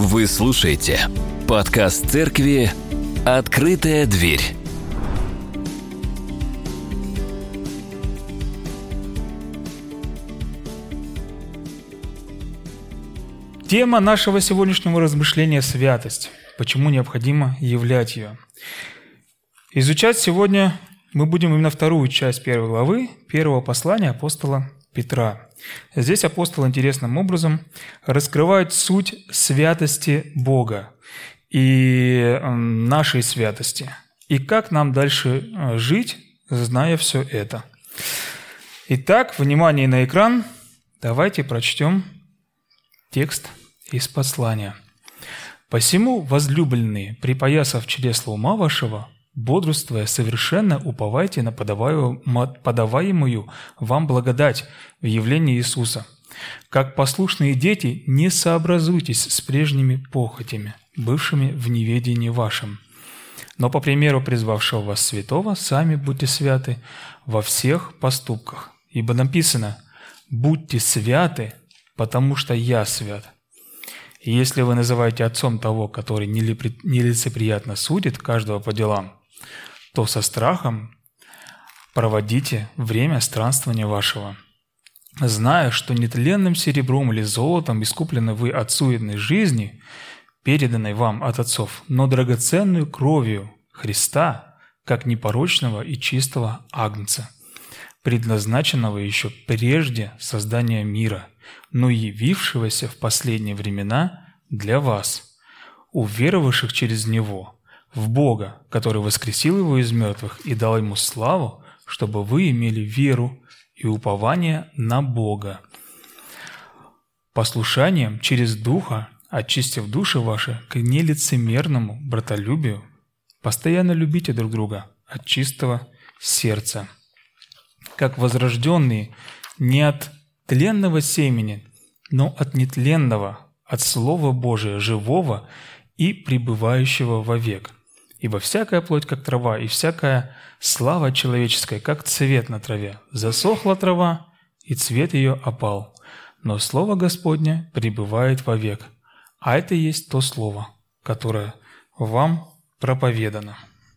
Вы слушаете подкаст церкви «Открытая дверь». Тема нашего сегодняшнего размышления – святость. Почему необходимо являть ее? Изучать сегодня мы будем именно вторую часть первой главы первого послания апостола Петра. Здесь апостол интересным образом раскрывает суть святости Бога и нашей святости. И как нам дальше жить, зная все это. Итак, внимание на экран. Давайте прочтем текст из послания. «Посему, возлюбленные, припоясав чресла ума вашего, бодрствуя совершенно, уповайте на подаваемую вам благодать в явлении Иисуса. Как послушные дети, не сообразуйтесь с прежними похотями, бывшими в неведении вашем. Но по примеру призвавшего вас святого, сами будьте святы во всех поступках. Ибо написано: «Будьте святы, потому что я свят». И если вы называете отцом того, который нелицеприятно судит каждого по делам, то со страхом проводите время странствования вашего, зная, что нетленным серебром или золотом искуплены вы от суетной жизни, переданной вам от отцов, но драгоценную кровью Христа, как непорочного и чистого агнца, предназначенного еще прежде создания мира, но явившегося в последние времена для вас, уверовавших через Него, в Бога, который воскресил Его из мертвых и дал Ему славу, чтобы вы имели веру и упование на Бога. Послушанием через Духа, очистив души ваши к нелицемерному братолюбию, постоянно любите друг друга от чистого сердца, как возрожденные не от тленного семени, но от нетленного, от Слова Божия, живого и пребывающего вовек. Ибо всякая плоть, как трава, и всякая слава человеческая, как цвет на траве. Засохла трава, и цвет ее опал. Но Слово Господне пребывает вовек. А это и есть то Слово, которое вам проповедано.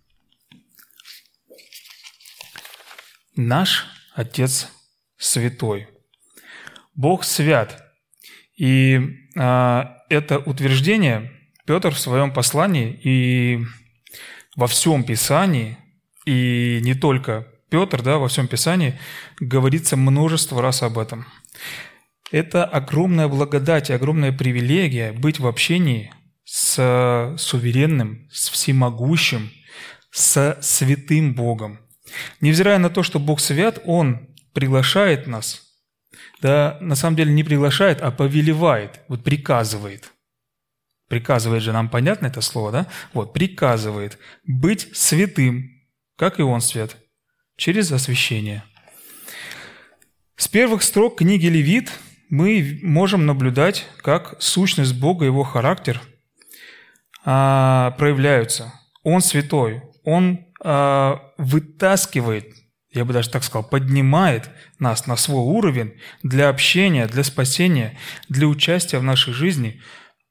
Наш Отец Святой. Бог свят. И это утверждение Петр в своем послании и во всем Писании, и не только Петр, во всем Писании говорится множество раз об этом. Это огромная благодать и огромная привилегия быть в общении с суверенным, с всемогущим, с святым Богом. Невзирая на то, что Бог свят, Он приглашает нас, на самом деле не приглашает, а повелевает, приказывает. Приказывает же, нам понятно это слово, да? Приказывает быть святым, как и Он свят, через освящение. С первых строк книги Левит мы можем наблюдать, как сущность Бога и Его характер проявляются. Он святой, Он вытаскивает, я бы даже так сказал, поднимает нас на свой уровень для общения, для спасения, для участия в нашей жизни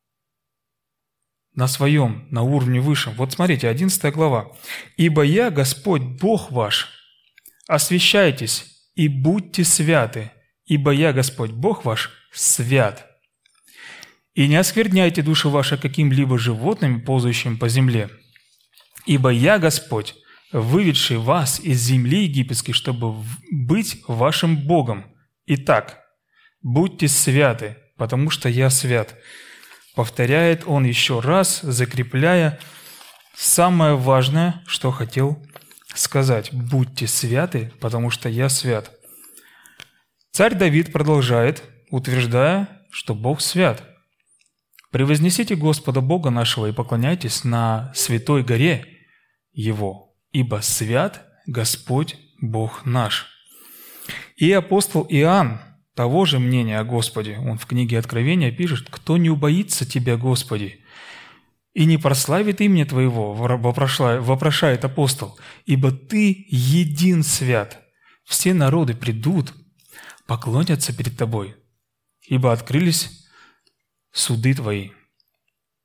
на уровне высшем. Смотрите, 11 глава. «Ибо я, Господь Бог ваш, освящайтесь и будьте святы, ибо я, Господь Бог ваш, свят. И не оскверняйте души ваши каким-либо животными, ползающими по земле. Ибо я, Господь, выведший вас из земли египетской, чтобы быть вашим Богом. Итак, будьте святы, потому что я свят». Повторяет он еще раз, закрепляя самое важное, что хотел сказать. «Будьте святы, потому что я свят». Царь Давид продолжает, утверждая, что Бог свят. «Превознесите Господа Бога нашего и поклоняйтесь на святой горе Его, ибо свят Господь Бог наш». И апостол Иоанн того же мнения о Господе. Он в книге Откровения пишет: «Кто не убоится Тебя, Господи, и не прославит имя Твоего», вопрошает апостол, «ибо Ты един свят. Все народы придут, поклонятся перед Тобой, ибо открылись суды Твои».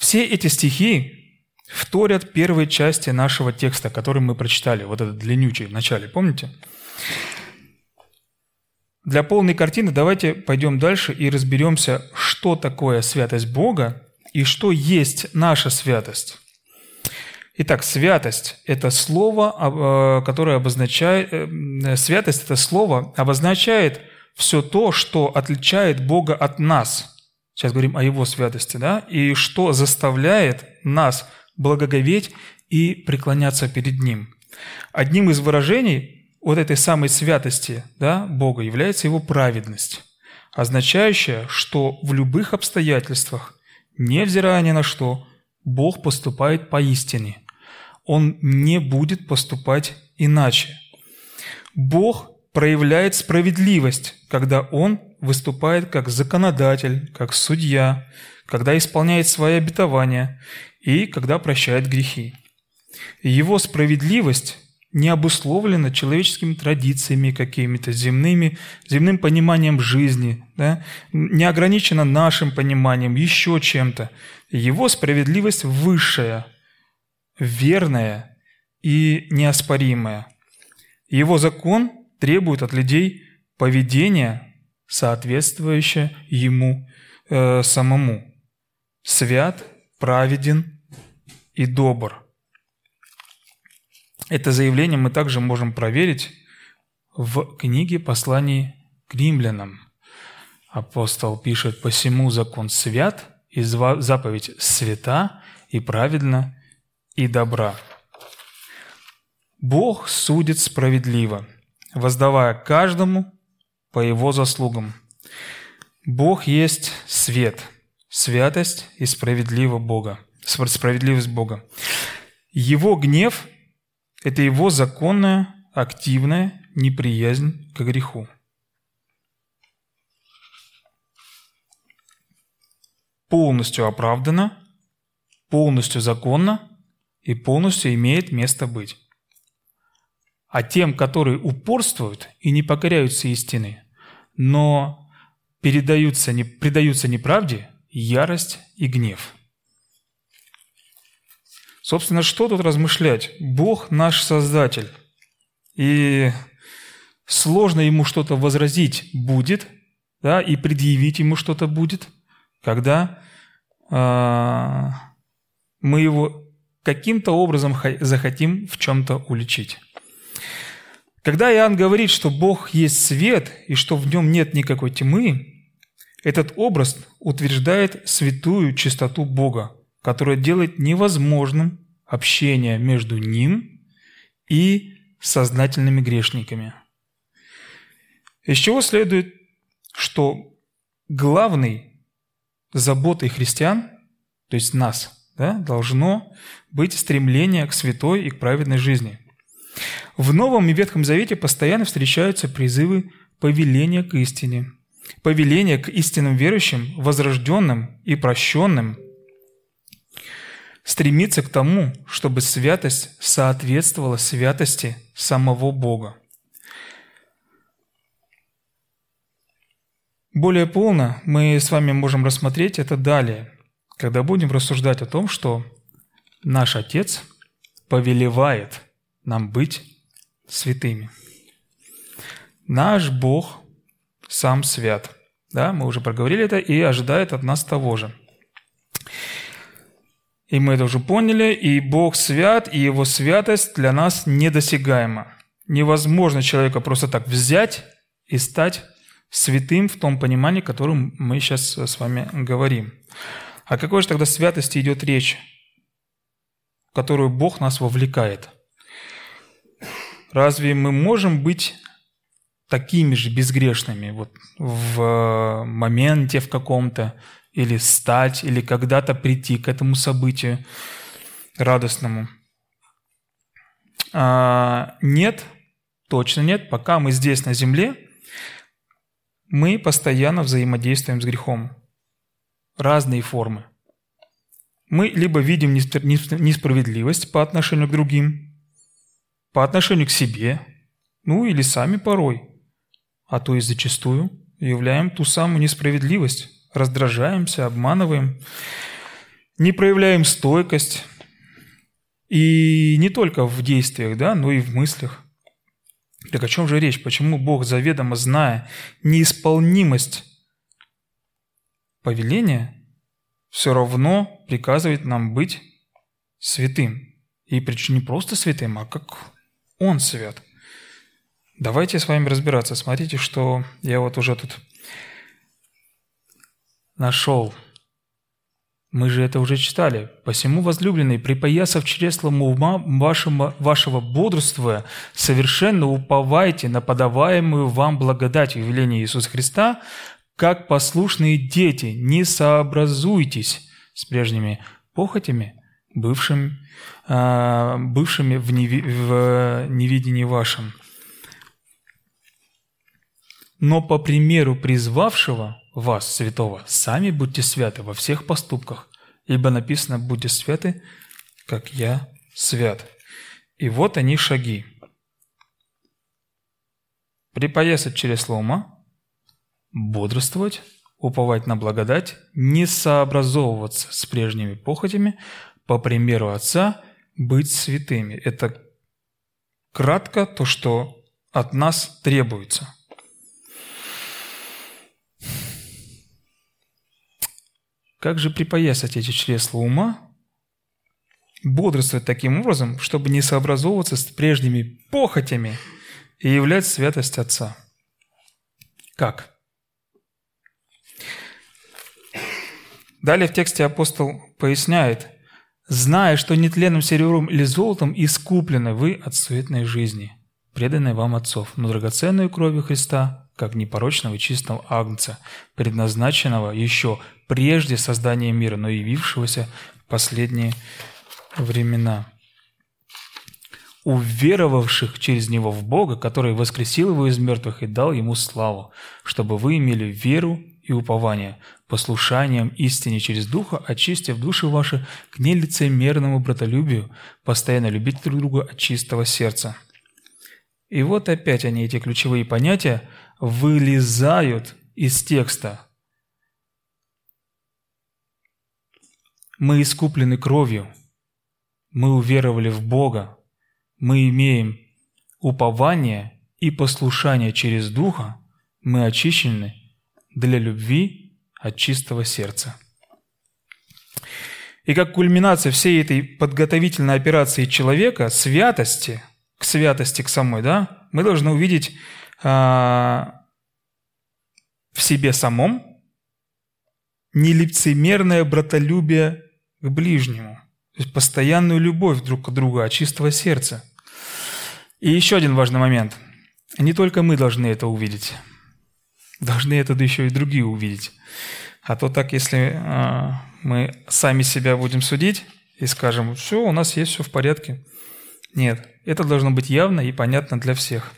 Все эти стихи вторят первой части нашего текста, который мы прочитали, вот этот длиннючий в начале, помните? Для полной картины давайте пойдем дальше и разберемся, что такое святость Бога и что есть наша святость. Итак, святость – это слово, которое обозначает… Святость – это слово обозначает все то, что отличает Бога от нас. Сейчас говорим о Его святости, да? И что заставляет нас благоговеть и преклоняться перед Ним. Одним из выражений вот этой самой святости, да, Бога является Его праведность, означающая, что в любых обстоятельствах, невзирая ни на что, Бог поступает поистине. Он не будет поступать иначе. Бог проявляет справедливость, когда Он выступает как законодатель, как судья, когда исполняет свои обетования и когда прощает грехи. Его справедливость не обусловлена человеческими традициями какими-то, земным пониманием жизни, да? Не ограничена нашим пониманием, еще чем-то. Его справедливость высшая, верная и неоспоримая. Его закон требует от людей поведения, соответствующее Ему самому. Свят, праведен и добр. Это заявление мы также можем проверить в книге «Посланий к римлянам». Апостол пишет: «Посему закон свят, и заповедь свята, и праведна, и добра». Бог судит справедливо, воздавая каждому по его заслугам. Бог есть свет, святость и справедливость Бога. Его гнев – это Его законная, активная неприязнь к греху. Полностью оправдана, полностью законна и полностью имеет место быть. А тем, которые упорствуют и не покоряются истине, но предаются неправде, ярость и гнев. Собственно, что тут размышлять? Бог наш Создатель, и сложно Ему что-то возразить будет, да, и предъявить Ему что-то будет, когда мы Его каким-то образом захотим в чем-то уличить. Когда Иоанн говорит, что Бог есть свет и что в Нем нет никакой тьмы, этот образ утверждает святую чистоту Бога, которая делает невозможным общение между Ним и сознательными грешниками. Из чего следует, что главной заботой христиан, то есть нас, да, должно быть стремление к святой и к праведной жизни. В Новом и Ветхом Завете постоянно встречаются призывы повеления к истине, повеление к истинным верующим, возрожденным и прощенным, стремиться к тому, чтобы святость соответствовала святости самого Бога. Более полно мы с вами можем рассмотреть это далее, когда будем рассуждать о том, что наш Отец повелевает нам быть святыми. Наш Бог сам свят. Да, мы уже проговорили это, и ожидает от нас того же. И мы это уже поняли, и Бог свят, и Его святость для нас недосягаема. Невозможно человека просто так взять и стать святым в том понимании, о котором мы сейчас с вами говорим. О какой же тогда святости идет речь, в которую Бог нас вовлекает? Разве мы можем быть такими же безгрешными вот в моменте в каком-то, или стать, или когда-то прийти к этому событию радостному? Нет, точно нет. Пока мы здесь на земле, мы постоянно взаимодействуем с грехом. Разные формы. Мы либо видим несправедливость по отношению к другим, по отношению к себе, ну или сами порой, а то и зачастую являем ту самую несправедливость, раздражаемся, обманываем. не проявляем стойкость, и не только в действиях, да, но и в мыслях. Так о чем же речь? Почему Бог, заведомо зная неисполнимость повеления, все равно приказывает нам быть святым? И причем не просто святым, а как Он свят. Давайте с вами разбираться. Смотрите, что я вот уже тут нашел. Мы же это уже читали. «Посему, возлюбленные, припоясав чреслом ума вашего бодрствуя, совершенно уповайте на подаваемую вам благодать в явлении Иисуса Христа, как послушные дети, не сообразуйтесь с прежними похотями, бывшими в невидении вашем. Но по примеру призвавшего вас, святого, сами будьте святы во всех поступках, ибо написано: будьте святы, как я свят». И вот они шаги. Припоясать чресло ума, бодрствовать, уповать на благодать, не сообразовываться с прежними похотями, по примеру Отца быть святыми. Это кратко то, что от нас требуется. Как же припоясать эти чресла ума? Бодрствовать таким образом, чтобы не сообразовываться с прежними похотями и являть святость Отца. Как? Далее в тексте апостол поясняет: «Зная, что нетленным серебром или золотом искуплены вы от суетной жизни, преданной вам отцов, но драгоценную кровью Христа, как непорочного и чистого агнца, предназначенного еще прежде создания мира, но явившегося в последние времена, уверовавших через Него в Бога, который воскресил Его из мертвых и дал Ему славу, чтобы вы имели веру и упование, послушанием истине через Духа, очистив души ваши к нелицемерному братолюбию, постоянно любить друг друга от чистого сердца». И вот опять они, эти ключевые понятия, вылезают из текста. Мы искуплены кровью, мы уверовали в Бога, мы имеем упование и послушание через Духа, мы очищены для любви от чистого сердца. И как кульминация всей этой подготовительной операции человека, святости, к святости к самой, да, мы должны увидеть в себе самом нелицемерное братолюбие к ближнему, то есть постоянную любовь друг к другу от чистого сердца. И еще один важный момент. Не только мы должны это увидеть, должны это еще и другие увидеть. А то так, если мы сами себя будем судить и скажем: все, у нас есть все в порядке. Нет, это должно быть явно и понятно для всех.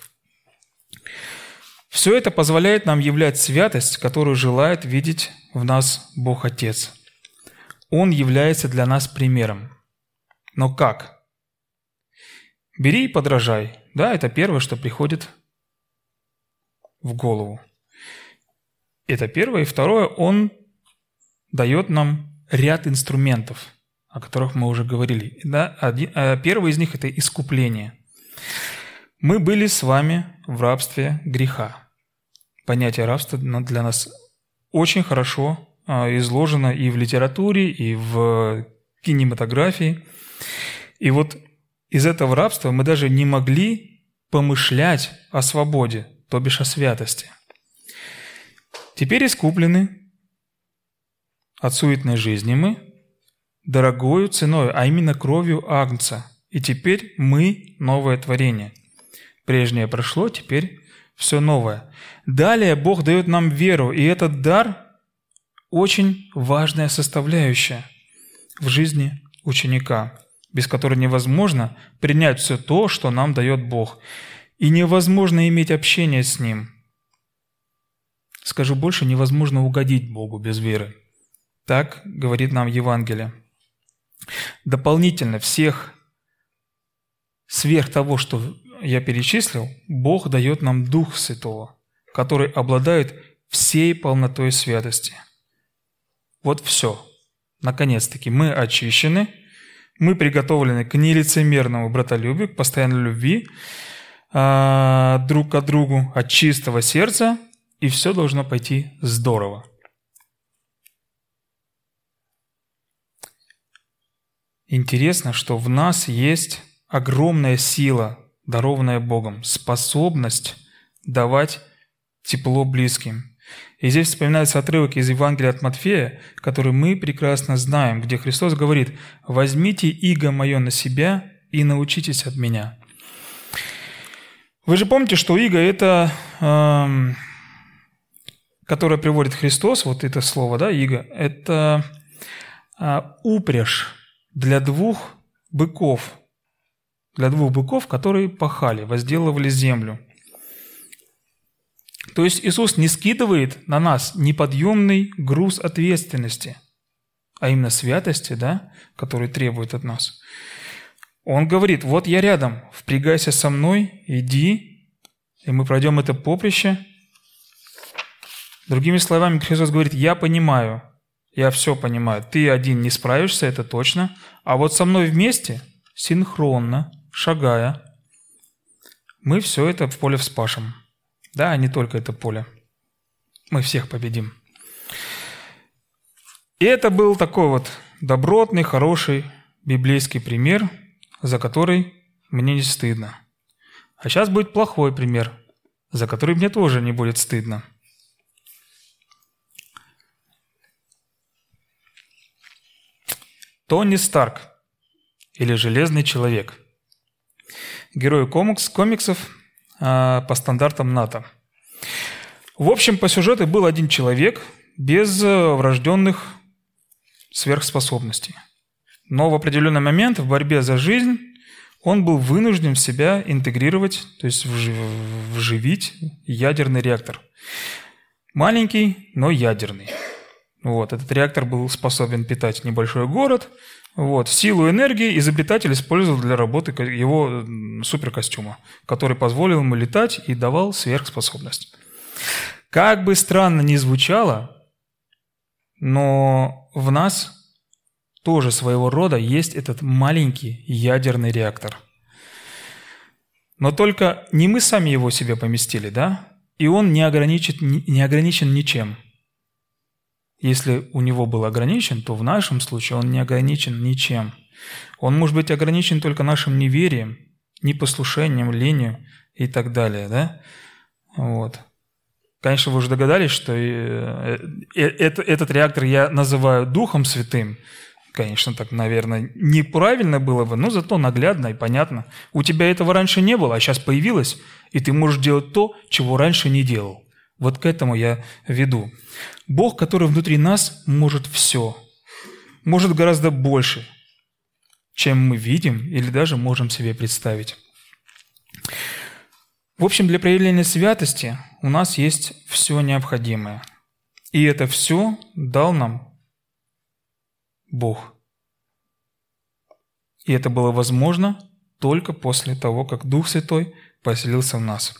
Все это позволяет нам являть святость, которую желает видеть в нас Бог Отец. Он является для нас примером. Но как? Бери и подражай. Да, это первое, что приходит в голову. Это первое. И второе, Он дает нам ряд инструментов, о которых мы уже говорили. Да? Первый из них – это искупление. Мы были с вами в рабстве греха. Понятие рабства для нас очень хорошо изложено и в литературе, и в кинематографии. И вот из этого рабства мы даже не могли помышлять о свободе, то бишь о святости. Теперь искуплены от суетной жизни мы дорогою ценой, а именно кровью Агнца. И теперь мы новое творение. Прежнее прошло, теперь все новое. Далее Бог дает нам веру, и этот дар очень важная составляющая в жизни ученика, без которой невозможно принять все то, что нам дает Бог, и невозможно иметь общение с Ним. Скажу больше, невозможно угодить Богу без веры. Так говорит нам Евангелие. Дополнительно сверх того, что я перечислил, Бог дает нам Дух Святого, который обладает всей полнотой святости. Вот все. наконец-таки, мы очищены, мы приготовлены к нелицемерному братолюбию, к постоянной любви друг к другу, от чистого сердца, и все должно пойти здорово. Интересно, что в нас есть огромная сила, дарованная Богом, способность давать тепло близким. И здесь вспоминается отрывок из Евангелия от Матфея, который мы прекрасно знаем, где Христос говорит: «Возьмите иго мое на себя и научитесь от меня». Вы же помните, что иго – это, которое приводит Христос, вот это слово, да, иго, это упряжь для двух быков, которые пахали, возделывали землю. То есть Иисус не скидывает на нас неподъемный груз ответственности, а именно святости, да, который требует от нас. Он говорит: вот я рядом, впрягайся со мной, иди, и мы пройдем это поприще. Другими словами, Христос говорит: я понимаю, я все понимаю, ты один не справишься, это точно, а вот со мной вместе, синхронно, шагая, мы все это в поле вспашем. Да, не только это поле. Мы всех победим. И это был такой вот добротный, хороший библейский пример, за который мне не стыдно. А сейчас будет плохой пример, за который мне тоже не будет стыдно. Тони Старк, или Железный человек. Герой комиксов по стандартам НАТО. В общем, по сюжету был один человек без врожденных сверхспособностей. Но в определенный момент в борьбе за жизнь он был вынужден в себя интегрировать, то есть вживить ядерный реактор. Маленький, но ядерный. Вот, этот реактор был способен питать небольшой город. Вот, силу энергии изобретатель использовал для работы его суперкостюма, который позволил ему летать и давал сверхспособность. Как бы странно ни звучало, но в нас тоже своего рода есть этот маленький ядерный реактор. Но только не мы сами его себе поместили, да? И он не ограничен ничем. Если у него был ограничен, то в нашем случае он не ограничен ничем. Он может быть ограничен только нашим неверием, непослушанием, ленью и так далее. Да? Вот. Конечно, вы уже догадались, что этот реактор я называю Духом Святым. Конечно, так, наверное, неправильно было бы, но зато наглядно и понятно. У тебя этого раньше не было, а сейчас появилось, и ты можешь делать то, чего раньше не делал. Вот к этому я веду. Бог, который внутри нас, может все. Может гораздо больше, чем мы видим или даже можем себе представить. В общем, для проявления святости у нас есть все необходимое. И это все дал нам Бог. И это было возможно только после того, как Дух Святой поселился в нас.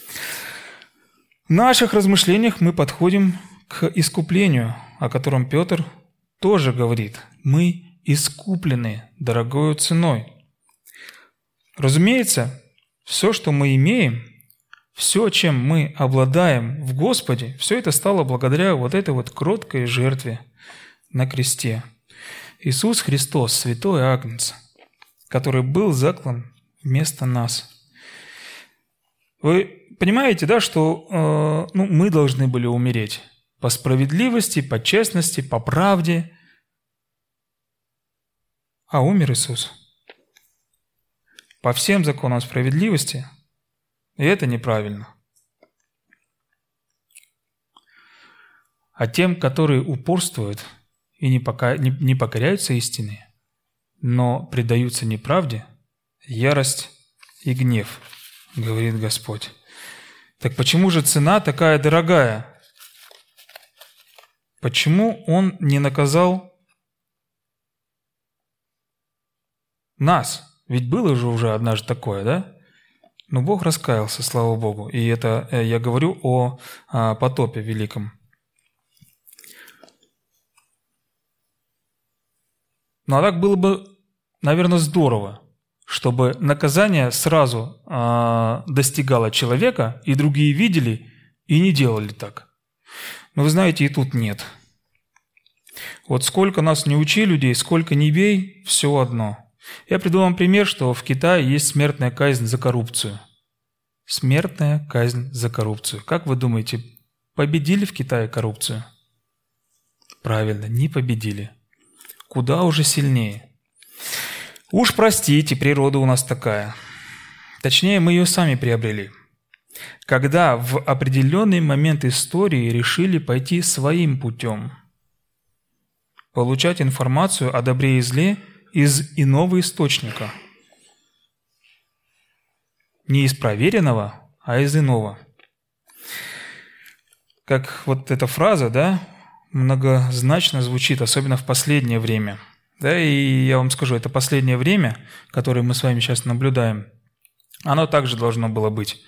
В наших размышлениях мы подходим к искуплению, о котором Петр тоже говорит. Мы искуплены дорогою ценой. Разумеется, все, что мы имеем, все, чем мы обладаем в Господе, все это стало благодаря вот этой вот кроткой жертве на кресте. Иисус Христос, святой Агнец, который был заклан вместо нас. Вы понимаете, да, что мы должны были умереть по справедливости, по честности, по правде, а умер Иисус по всем законам справедливости, и это неправильно. А тем, которые упорствуют и не покоряются истине, но предаются неправде, ярость и гнев, говорит Господь. Так почему же цена такая дорогая? Почему Он не наказал нас? Ведь было же уже однажды такое, да? Но Бог раскаялся, слава Богу. И это я говорю о потопе великом. Ну а так было бы, наверное, здорово, чтобы наказание сразу достигало человека, и другие видели и не делали так. Но вы знаете, и тут нет. Вот сколько нас не учи людей, сколько не бей, все одно. Я приведу вам пример, что в Китае есть смертная казнь за коррупцию. Смертная казнь за коррупцию. Как вы думаете, победили в Китае коррупцию? Правильно, не победили. Куда уже сильнее. Уж простите, природа у нас такая. Точнее, мы ее сами приобрели. Когда в определенный момент истории решили пойти своим путем. Получать информацию о добре и зле из иного источника. Не из проверенного, а из иного. Как вот эта фраза, да, многозначно звучит, особенно в последнее время. Да, и я вам скажу, это последнее время, которое мы с вами сейчас наблюдаем, оно также должно было быть.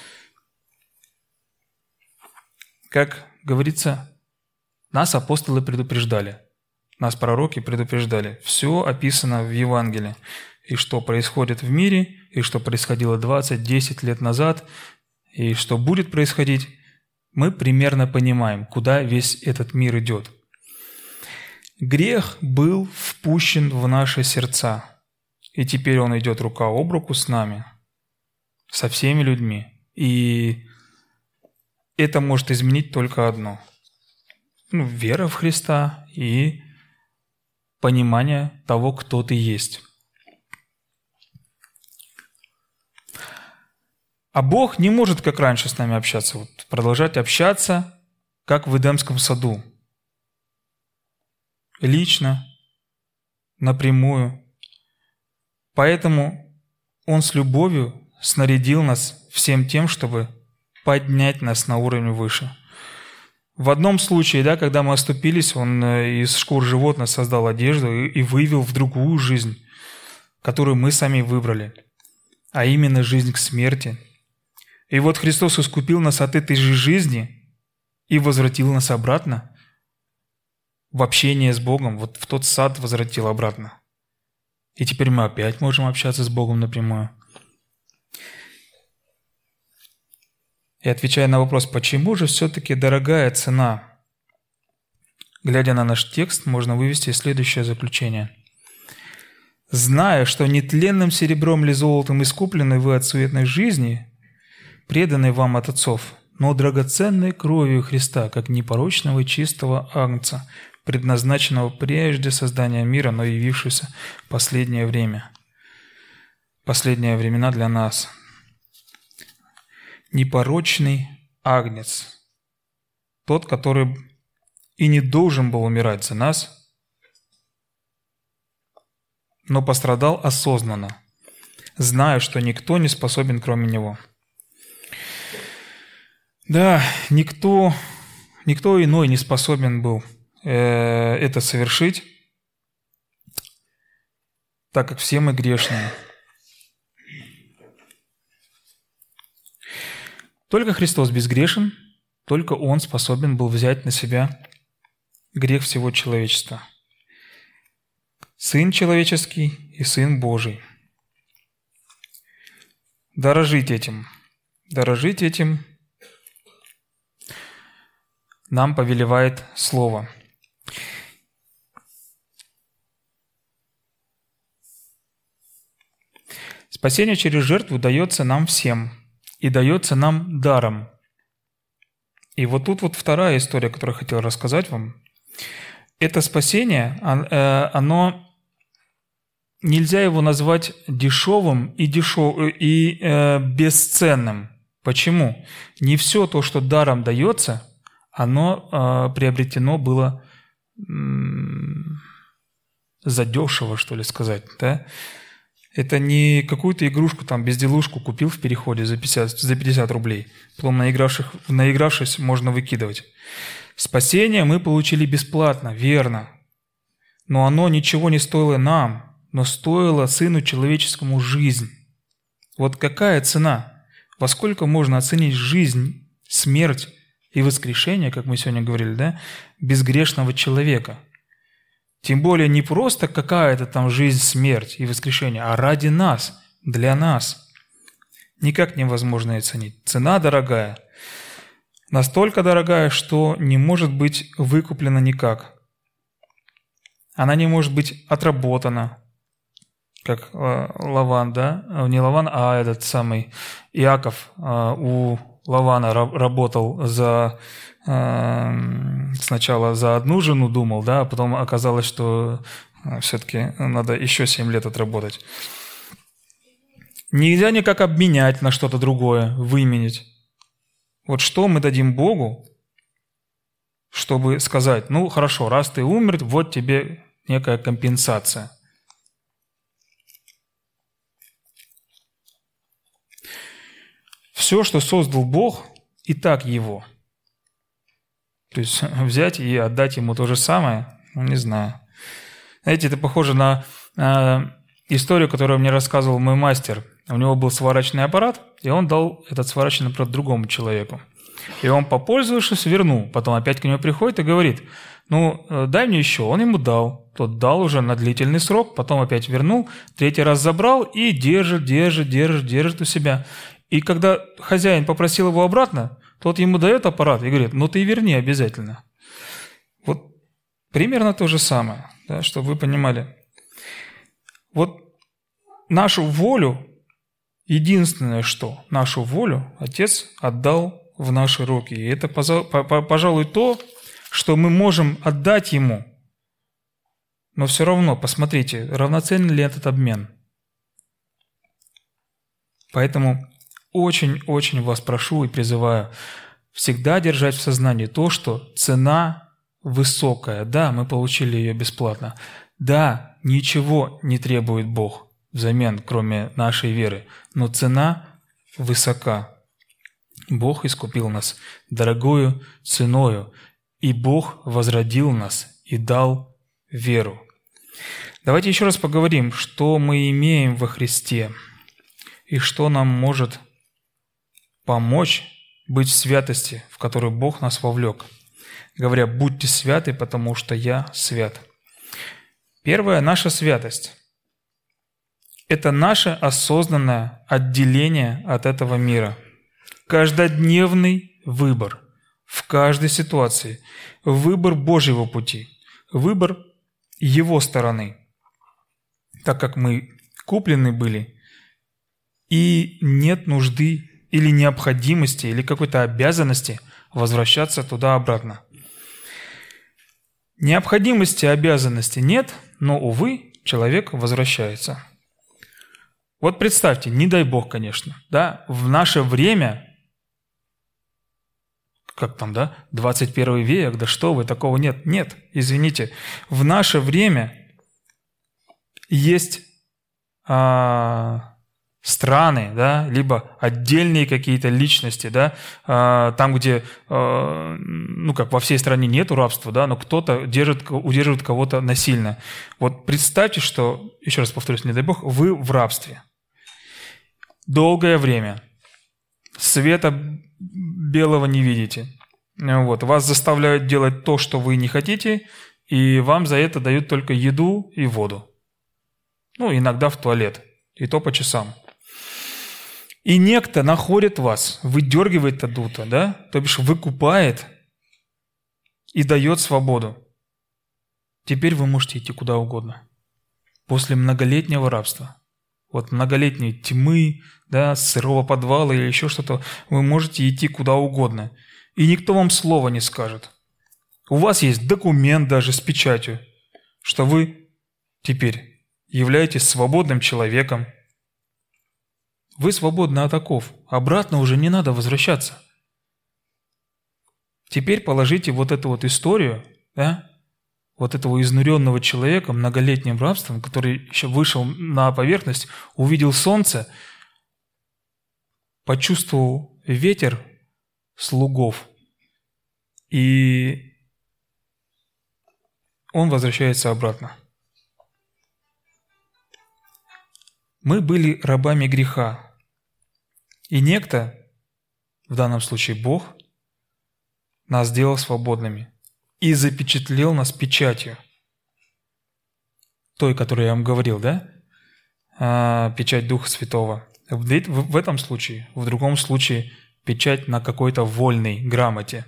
Как говорится, нас апостолы предупреждали, нас пророки предупреждали. Все описано в Евангелии. И что происходит в мире, и что происходило 20-10 лет назад, и что будет происходить, мы примерно понимаем, куда весь этот мир идет. Грех был впущен в наши сердца, и теперь он идет рука об руку с нами, со всеми людьми. И это может изменить только одно. Вера в Христа и понимание того, кто ты есть. А Бог не может, как раньше, с нами общаться, продолжать общаться, как в Эдемском саду. Лично, напрямую. Поэтому Он с любовью снарядил нас всем тем, чтобы поднять нас на уровень выше. В одном случае, да, когда мы оступились, Он из шкур животных создал одежду и вывел в другую жизнь, которую мы сами выбрали, а именно жизнь к смерти. И вот Христос искупил нас от этой же жизни и возвратил нас обратно в общение с Богом, вот в тот сад возвратил обратно. И теперь мы опять можем общаться с Богом напрямую. И отвечая на вопрос, почему же все-таки дорогая цена, глядя на наш текст, можно вывести следующее заключение. «Зная, что нетленным серебром или золотом искуплены вы от суетной жизни, преданной вам от отцов, но драгоценной кровью Христа, как непорочного и чистого агнца, предназначенного прежде создания мира, но явившегося в последнее время». Последние времена для нас. Непорочный агнец. Тот, который и не должен был умирать за нас, но пострадал осознанно, зная, что никто не способен, кроме Него. Да, никто иной не способен был это совершить, так как все мы грешные. Только Христос безгрешен, только Он способен был взять на себя грех всего человечества. Сын человеческий и Сын Божий. Дорожить этим нам повелевает Слово. Спасение через жертву дается нам всем и дается нам даром. И вот тут вот вторая история, которую я хотел рассказать вам. Это спасение, оно нельзя его назвать дешевым и бесценным. Почему? Не все то, что даром дается, оно приобретено было задешево, что ли сказать, да? Это не какую-то игрушку, там, безделушку купил в переходе за 50 рублей. Потом, наигравшись, можно выкидывать. Спасение мы получили бесплатно, верно. Но оно ничего не стоило нам, но стоило Сыну Человеческому жизнь. Вот какая цена? Во сколько можно оценить жизнь, смерть и воскрешение, как мы сегодня говорили, да, безгрешного человека? Тем более не просто какая-то там жизнь, смерть и воскрешение, а ради нас, для нас. Никак невозможно оценить. Цена дорогая. Настолько дорогая, что не может быть выкуплена никак. Она не может быть отработана, как Лаван, да? Не Лаван, а этот самый Иаков у Лавана работал сначала за одну жену думал, да, а потом оказалось, что все-таки надо еще 7 лет отработать. Нельзя никак обменять на что-то другое, выменять. Вот что мы дадим Богу, чтобы сказать, ну хорошо, раз ты умер, вот тебе некая компенсация. Все, что создал Бог, и так Его. То есть взять и отдать Ему то же самое, ну не знаю. Знаете, это похоже на историю, которую мне рассказывал мой мастер. У него был сварочный аппарат, и он дал этот сварочный аппарат другому человеку. И он, попользовавшись, вернул. Потом опять к нему приходит и говорит, ну, дай мне еще. Он ему дал. Тот дал уже на длительный срок, потом опять вернул, 3-й раз забрал и держит у себя. И когда хозяин попросил его обратно, тот ему дает аппарат и говорит, ну, ты верни обязательно. Вот примерно то же самое, да, чтобы вы понимали. Вот нашу волю, единственное что, нашу волю Отец отдал в наши руки. И это, пожалуй, то, что мы можем отдать Ему. Но все равно, посмотрите, равноценен ли этот обмен. Поэтому очень-очень вас прошу и призываю всегда держать в сознании то, что цена высокая. Да, мы получили ее бесплатно. Да, ничего не требует Бог взамен, кроме нашей веры. Но цена высока. Бог искупил нас дорогою ценою, и Бог возродил нас и дал веру. Давайте еще раз поговорим, что мы имеем во Христе и что нам может помочь быть в святости, в которую Бог нас вовлек. Говоря, будьте святы, потому что я свят. Первая наша святость – это наше осознанное отделение от этого мира. Каждодневный выбор в каждой ситуации, выбор Божьего пути, выбор Его стороны, так как мы куплены были, и нет нужды или необходимости, или какой-то обязанности возвращаться туда-обратно. Необходимости, обязанности нет, но, увы, человек возвращается. Вот представьте, не дай Бог, конечно, да, в наше время, как там, да, 21 век, да что вы, такого нет. Нет, извините, в наше время есть страны, да, либо отдельные какие-то личности, да, там, где, ну, как во всей стране нету рабства, да, но кто-то удерживает кого-то насильно. Вот представьте, что, еще раз повторюсь, не дай Бог, вы в рабстве. Долгое время. Света белого не видите. Вот. Вас заставляют делать то, что вы не хотите, и вам за это дают только еду и воду. Ну, иногда в туалет. И то по часам. И некто находит вас, выдергивает оттуда, да, то бишь выкупает и дает свободу. Теперь вы можете идти куда угодно. После многолетнего рабства, вот многолетней тьмы, да, сырого подвала или еще что-то, вы можете идти куда угодно. И никто вам слова не скажет. У вас есть документ даже с печатью, что вы теперь являетесь свободным человеком. Вы свободны от оков. Обратно уже не надо возвращаться. Теперь положите вот эту вот историю, да, вот этого изнуренного человека многолетним рабством, который еще вышел на поверхность, увидел солнце, почувствовал ветер слугов, и он возвращается обратно. Мы были рабами греха, и некто, в данном случае Бог, нас сделал свободными и запечатлел нас печатью. той, которую я вам говорил, да? Печать Духа Святого. В этом случае, в другом случае печать на какой-то вольной грамоте.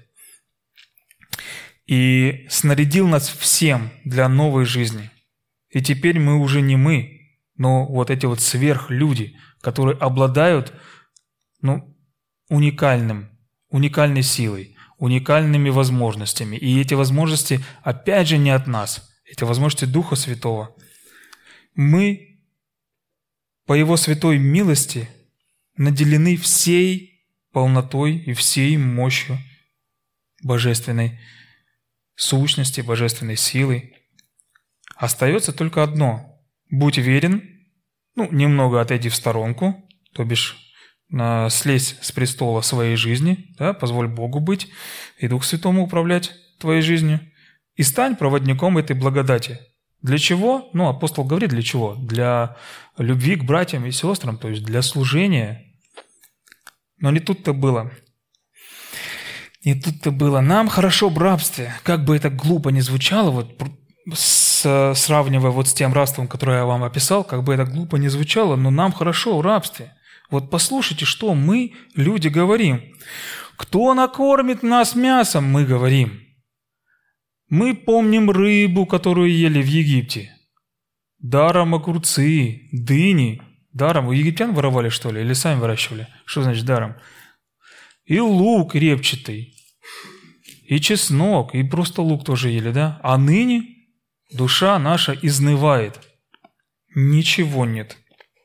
И снарядил нас всем для новой жизни. И теперь мы уже не мы, но вот эти вот сверхлюди, которые обладают уникальной силой, уникальными возможностями. И эти возможности, опять же, не от нас. Эти возможности Духа Святого. Мы, по Его святой милости, наделены всей полнотой и всей мощью божественной сущности, божественной силой. Остается только одно. Будь верен, немного отойди в сторонку, то бишь слезь с престола своей жизни, да, позволь Богу быть и Духу Святому управлять твоей жизнью, и стань проводником этой благодати. Для чего? Апостол говорит, для чего? Для любви к братьям и сестрам, то есть для служения. Но не тут-то было. Не тут-то было. Нам хорошо в рабстве. Как бы это глупо ни звучало, сравнивая с тем рабством, которое я вам описал, как бы это глупо ни звучало, но нам хорошо в рабстве. Вот послушайте, что мы, люди, говорим. Кто накормит нас мясом, мы говорим. Мы помним рыбу, которую ели в Египте. Даром огурцы, дыни. Даром. У египтян воровали, что ли? Или сами выращивали? Что значит даром? И лук репчатый, и чеснок, и просто лук тоже ели, да? А ныне душа наша изнывает. Ничего нет.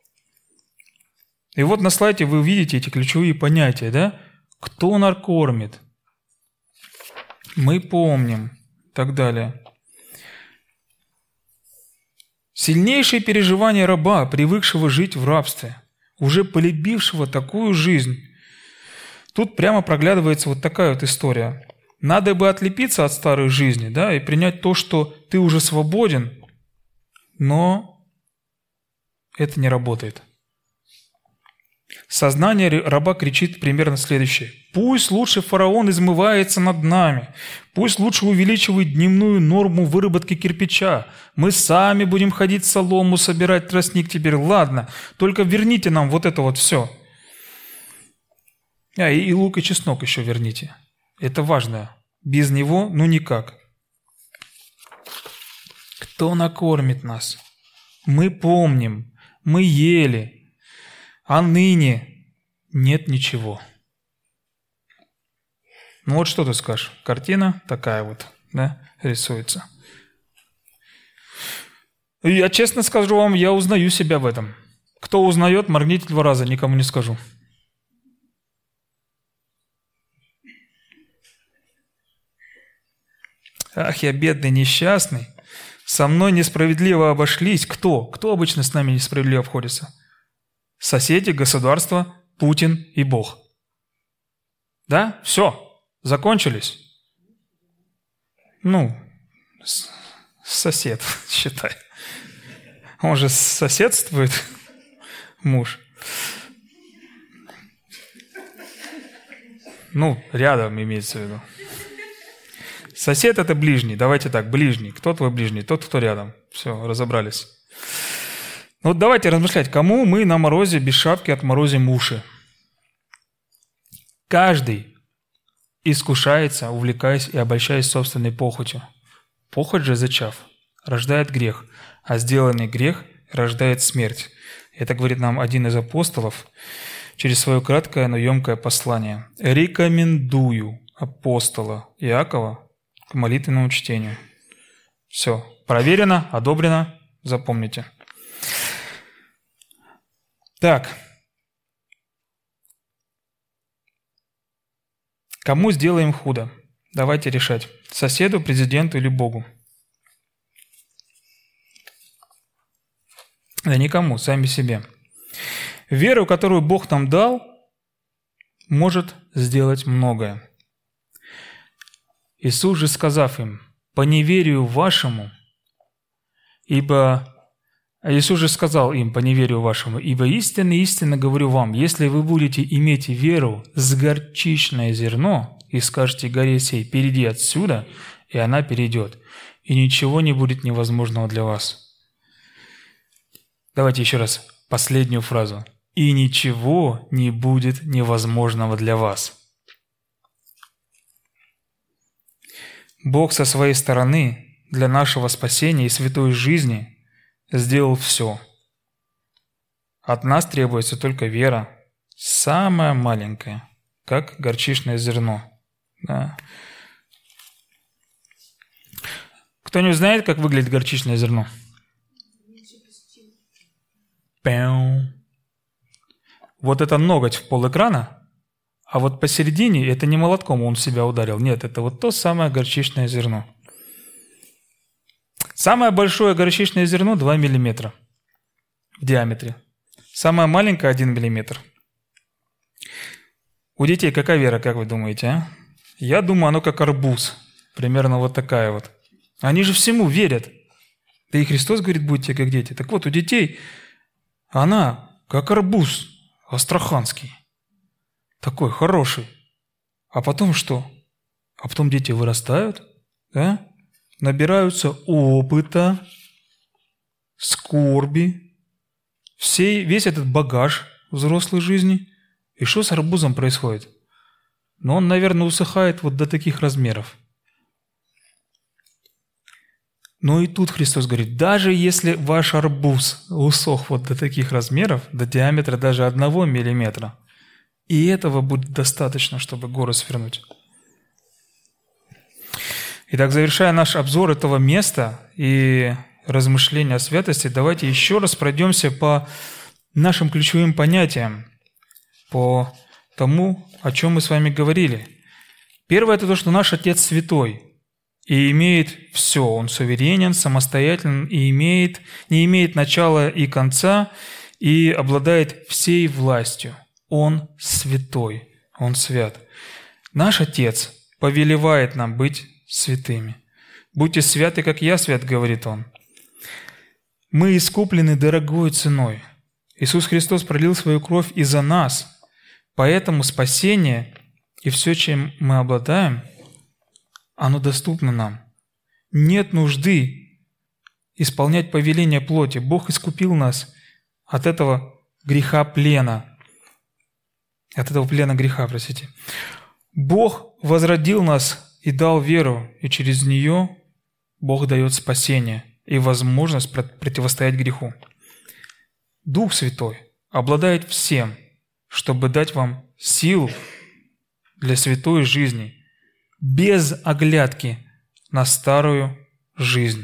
И вот на слайде вы увидите эти ключевые понятия, да? Кто накормит? Мы помним. И так далее. Сильнейшие переживания раба, привыкшего жить в рабстве, уже полюбившего такую жизнь. Тут прямо проглядывается вот такая вот история. Надо бы отлепиться от старой жизни, да, и принять то, что ты уже свободен, но это не работает. Сознание раба кричит примерно следующее. Пусть лучше фараон измывается над нами. Пусть лучше увеличивает дневную норму выработки кирпича. Мы сами будем ходить солому, собирать тростник теперь. Ладно, только верните нам вот это вот все. И лук, и чеснок еще верните. Это важно. Без него, никак. Кто накормит нас? Мы помним, мы ели. А ныне нет ничего. Вот что ты скажешь. Картина такая вот, да, рисуется. И я честно скажу вам, я узнаю себя в этом. Кто узнает, моргните 2 раза, никому не скажу. Ах, я бедный, несчастный. Со мной несправедливо обошлись. Кто? Кто обычно с нами несправедливо обходится? Соседи, государство, Путин и Бог. Да? Все. Закончились? Сосед, считай. Он же соседствует, муж. Рядом имеется в виду. Сосед – это ближний. Давайте так, ближний. Кто твой ближний? Тот, кто рядом. Все, разобрались. Давайте размышлять, кому мы на морозе без шапки отморозим уши. Каждый искушается, увлекаясь и обольщаясь собственной похотью. Похоть же, зачав, рождает грех, а сделанный грех рождает смерть. Это говорит нам один из апостолов через свое краткое, но емкое послание. Рекомендую апостола Иакова к молитвенному чтению. Все, проверено, одобрено, запомните. Так. Кому сделаем худо? Давайте решать. Соседу, президенту или Богу? Да никому, сами себе. Веру, которую Бог нам дал, может сделать многое. Иисус же, сказав им, по неверию вашему, Иисус же сказал им по неверию вашему, «Ибо истинно, истинно говорю вам, если вы будете иметь веру с горчичное зерно и скажете горе сей, перейди отсюда, и она перейдет, и ничего не будет невозможного для вас». Давайте еще раз последнюю фразу. «И ничего не будет невозможного для вас». Бог со своей стороны для нашего спасения и святой жизни сделал все. От нас требуется только вера, самая маленькая, как горчичное зерно. Да. Кто-нибудь знает, как выглядит горчичное зерно? Пяу. Вот это ноготь в полэкрана, а вот посередине это не молотком он себя ударил. Нет, это вот то самое горчичное зерно. Самое большое горчичное зерно 2 мм в диаметре. Самое маленькое 1 мм. У детей какая вера, как вы думаете, а? Я думаю, оно как арбуз. Примерно вот такая вот. Они же всему верят. Да и Христос говорит, будьте как дети. Так вот, у детей она как арбуз астраханский. Такой хороший. А потом что? А потом дети вырастают, да? Набираются опыта, скорби, весь этот багаж взрослой жизни. И что с арбузом происходит? Ну, он, наверное, усыхает вот до таких размеров. Но и тут Христос говорит, даже если ваш арбуз усох вот до таких размеров, до диаметра даже 1 мм, и этого будет достаточно, чтобы горы свернуть. Итак, завершая наш обзор этого места и размышления о святости, давайте еще раз пройдемся по нашим ключевым понятиям, по тому, о чем мы с вами говорили. Первое – это то, что наш Отец святой и имеет все. Он суверенен, самостоятелен и не имеет начала и конца, и обладает всей властью. Он святой, Он свят. Наш Отец повелевает нам быть святыми. «Будьте святы, как я свят», говорит Он. Мы искуплены дорогой ценой. Иисус Христос пролил свою кровь и за нас. Поэтому спасение и все, чем мы обладаем, оно доступно нам. Нет нужды исполнять повеление плоти. Бог искупил нас от этого греха плена. От этого плена греха, простите. Бог возродил нас и дал веру, и через нее Бог дает спасение и возможность противостоять греху. Дух Святой обладает всем, чтобы дать вам силу для святой жизни, без оглядки на старую жизнь.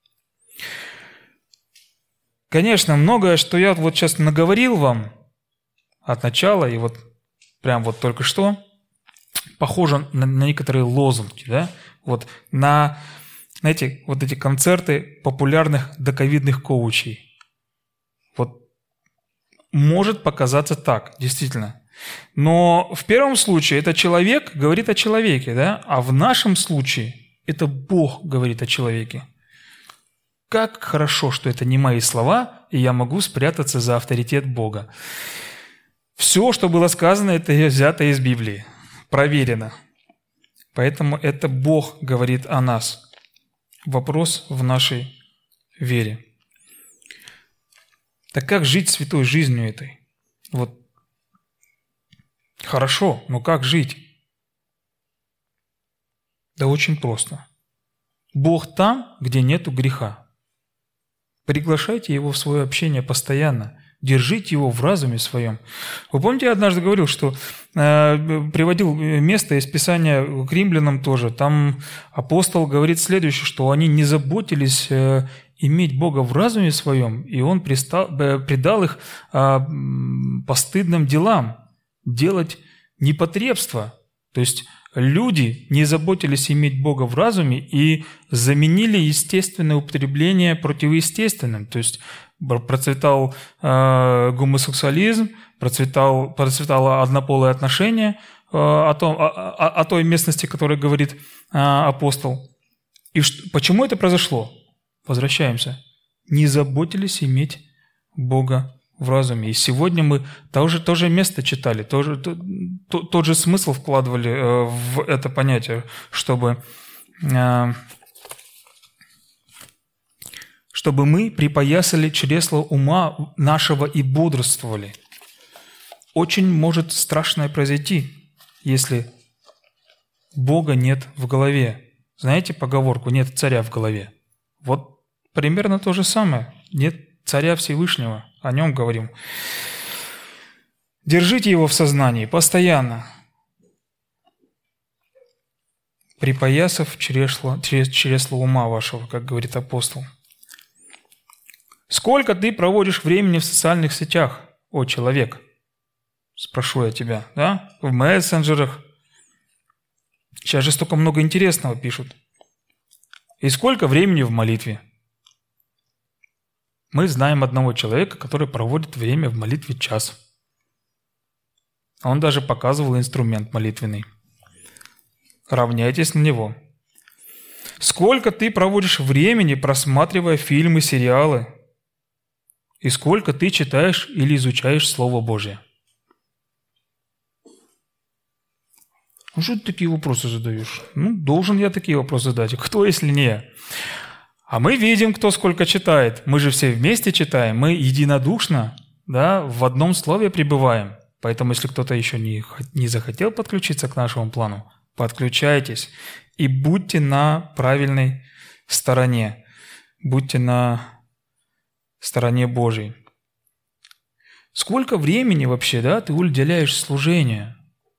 Конечно, многое, что я вот сейчас наговорил вам от начала, и вот прям вот только что, похоже на некоторые лозунги, да? Вот на, знаете, вот эти концерты популярных доковидных коучей. Вот может показаться так, действительно. Но в первом случае это человек говорит о человеке, да? А в нашем случае это Бог говорит о человеке. Как хорошо, что это не мои слова, и я могу спрятаться за авторитет Бога. Все, что было сказано, это взято из Библии. Проверено. Поэтому это Бог говорит о нас. Вопрос в нашей вере. Так как жить святой жизнью этой? Вот хорошо, но как жить? Да очень просто. Бог там, где нету греха. Приглашайте Его в свое общение постоянно. Держите Его в разуме своем. Вы помните, я однажды говорил, что приводил место из Писания к римлянам тоже. Там апостол говорит следующее, что они не заботились иметь Бога в разуме своем, и Он предал их постыдным делам, делать непотребство. То есть люди не заботились иметь Бога в разуме и заменили естественное употребление противоестественным. То есть процветал гомосексуализм, процветало однополое отношение о той местности, о которой говорит апостол. И почему это произошло? Возвращаемся. Не заботились иметь Бога в разуме. И сегодня мы то же место читали, тот же смысл вкладывали в это понятие, чтобы чтобы мы припоясали чресла ума нашего и бодрствовали. Очень может страшное произойти, если Бога нет в голове. Знаете поговорку «нет царя в голове»? Вот примерно то же самое. Нет царя Всевышнего. О нем говорим. Держите его в сознании постоянно, припоясав чресло ума вашего, как говорит апостол. Сколько ты проводишь времени в социальных сетях, о человек? Спрошу я тебя, да? В мессенджерах. Сейчас же столько много интересного пишут. И сколько времени в молитве? Мы знаем одного человека, который проводит время в молитве час. Он даже показывал инструмент молитвенный. Равняйтесь на него. Сколько ты проводишь времени, просматривая фильмы, сериалы? И сколько ты читаешь или изучаешь Слово Божье? Ну, что ты такие вопросы задаешь? Ну, должен я такие вопросы задать. Кто, если не я? А мы видим, кто сколько читает. Мы же все вместе читаем. Мы единодушно, да, в одном слове пребываем. Поэтому, если кто-то еще не захотел подключиться к нашему плану, подключайтесь и будьте на правильной стороне. Будьте на стороне Божьей. Сколько времени вообще, да, ты уделяешь служению?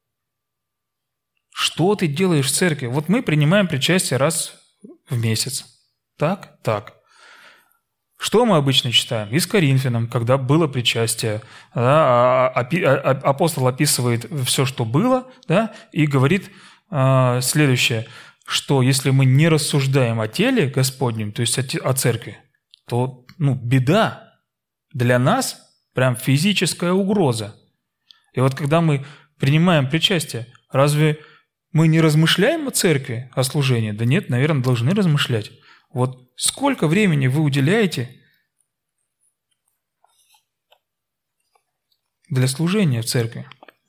Что ты делаешь в церкви? Вот мы принимаем причастие раз в месяц. Так? Так. Что мы обычно читаем? Из Коринфянам, когда было причастие. Да, апостол описывает все, что было, да, и говорит следующее, что если мы не рассуждаем о теле Господнем, то есть о церкви, то беда. Для нас прям физическая угроза. И вот когда мы принимаем причастие, разве мы не размышляем о церкви, о служении? Да нет, наверное, должны размышлять. Вот сколько времени вы уделяете для служения в церкви?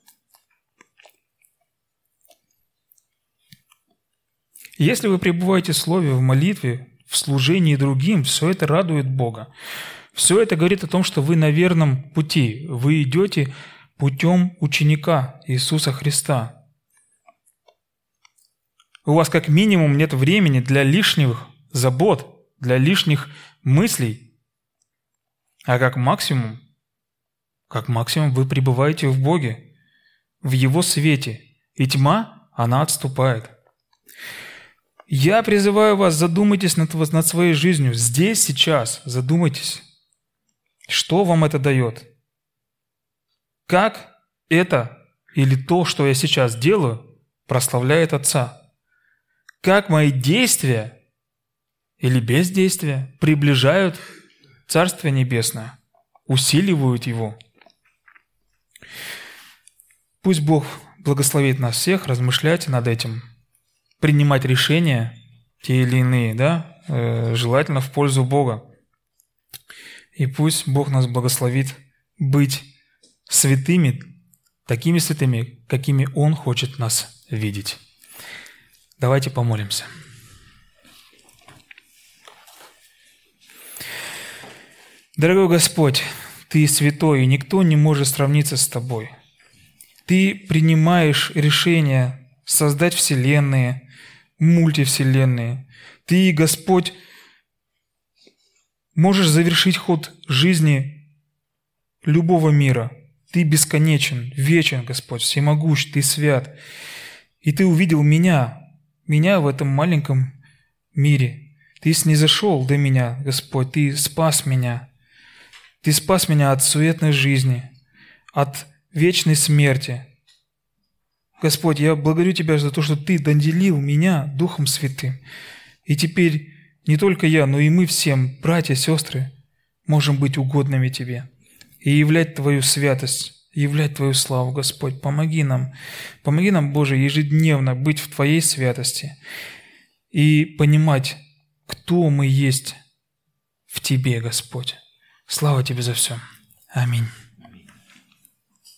Если вы пребываете в слове, в молитве, в служении другим, все это радует Бога. Все это говорит о том, что вы на верном пути. Вы идете путем ученика Иисуса Христа. У вас как минимум нет времени для лишних забот, для лишних мыслей. А как максимум вы пребываете в Боге, в Его свете. И тьма, она отступает. Я призываю вас, задумайтесь над своей жизнью. Здесь, сейчас, задумайтесь. Что вам это дает? Как это или то, что я сейчас делаю, прославляет Отца? Как мои действия или бездействия приближают Царствие Небесное, усиливают его? Пусть Бог благословит нас всех, размышлять над этим, принимать решения, те или иные, да, желательно в пользу Бога. И пусть Бог нас благословит быть святыми, такими святыми, какими Он хочет нас видеть. Давайте помолимся. Дорогой Господь, Ты святой, и никто не может сравниться с Тобой. Ты принимаешь решение создать вселенные, мультивселенные. Ты, Господь, можешь завершить ход жизни любого мира. Ты бесконечен, вечен, Господь, всемогущ, Ты свят. И Ты увидел меня в этом маленьком мире. Ты снизошел до меня, Господь, Ты спас меня. Ты спас меня от суетной жизни, от вечной смерти. Господь, я благодарю Тебя за то, что Ты наделил меня Духом Святым. И теперь не только я, но и мы всем, братья, сестры, можем быть угодными Тебе и являть Твою святость, являть Твою славу, Господь. Помоги нам, Боже, ежедневно быть в Твоей святости и понимать, кто мы есть в Тебе, Господь. Слава Тебе за все. Аминь.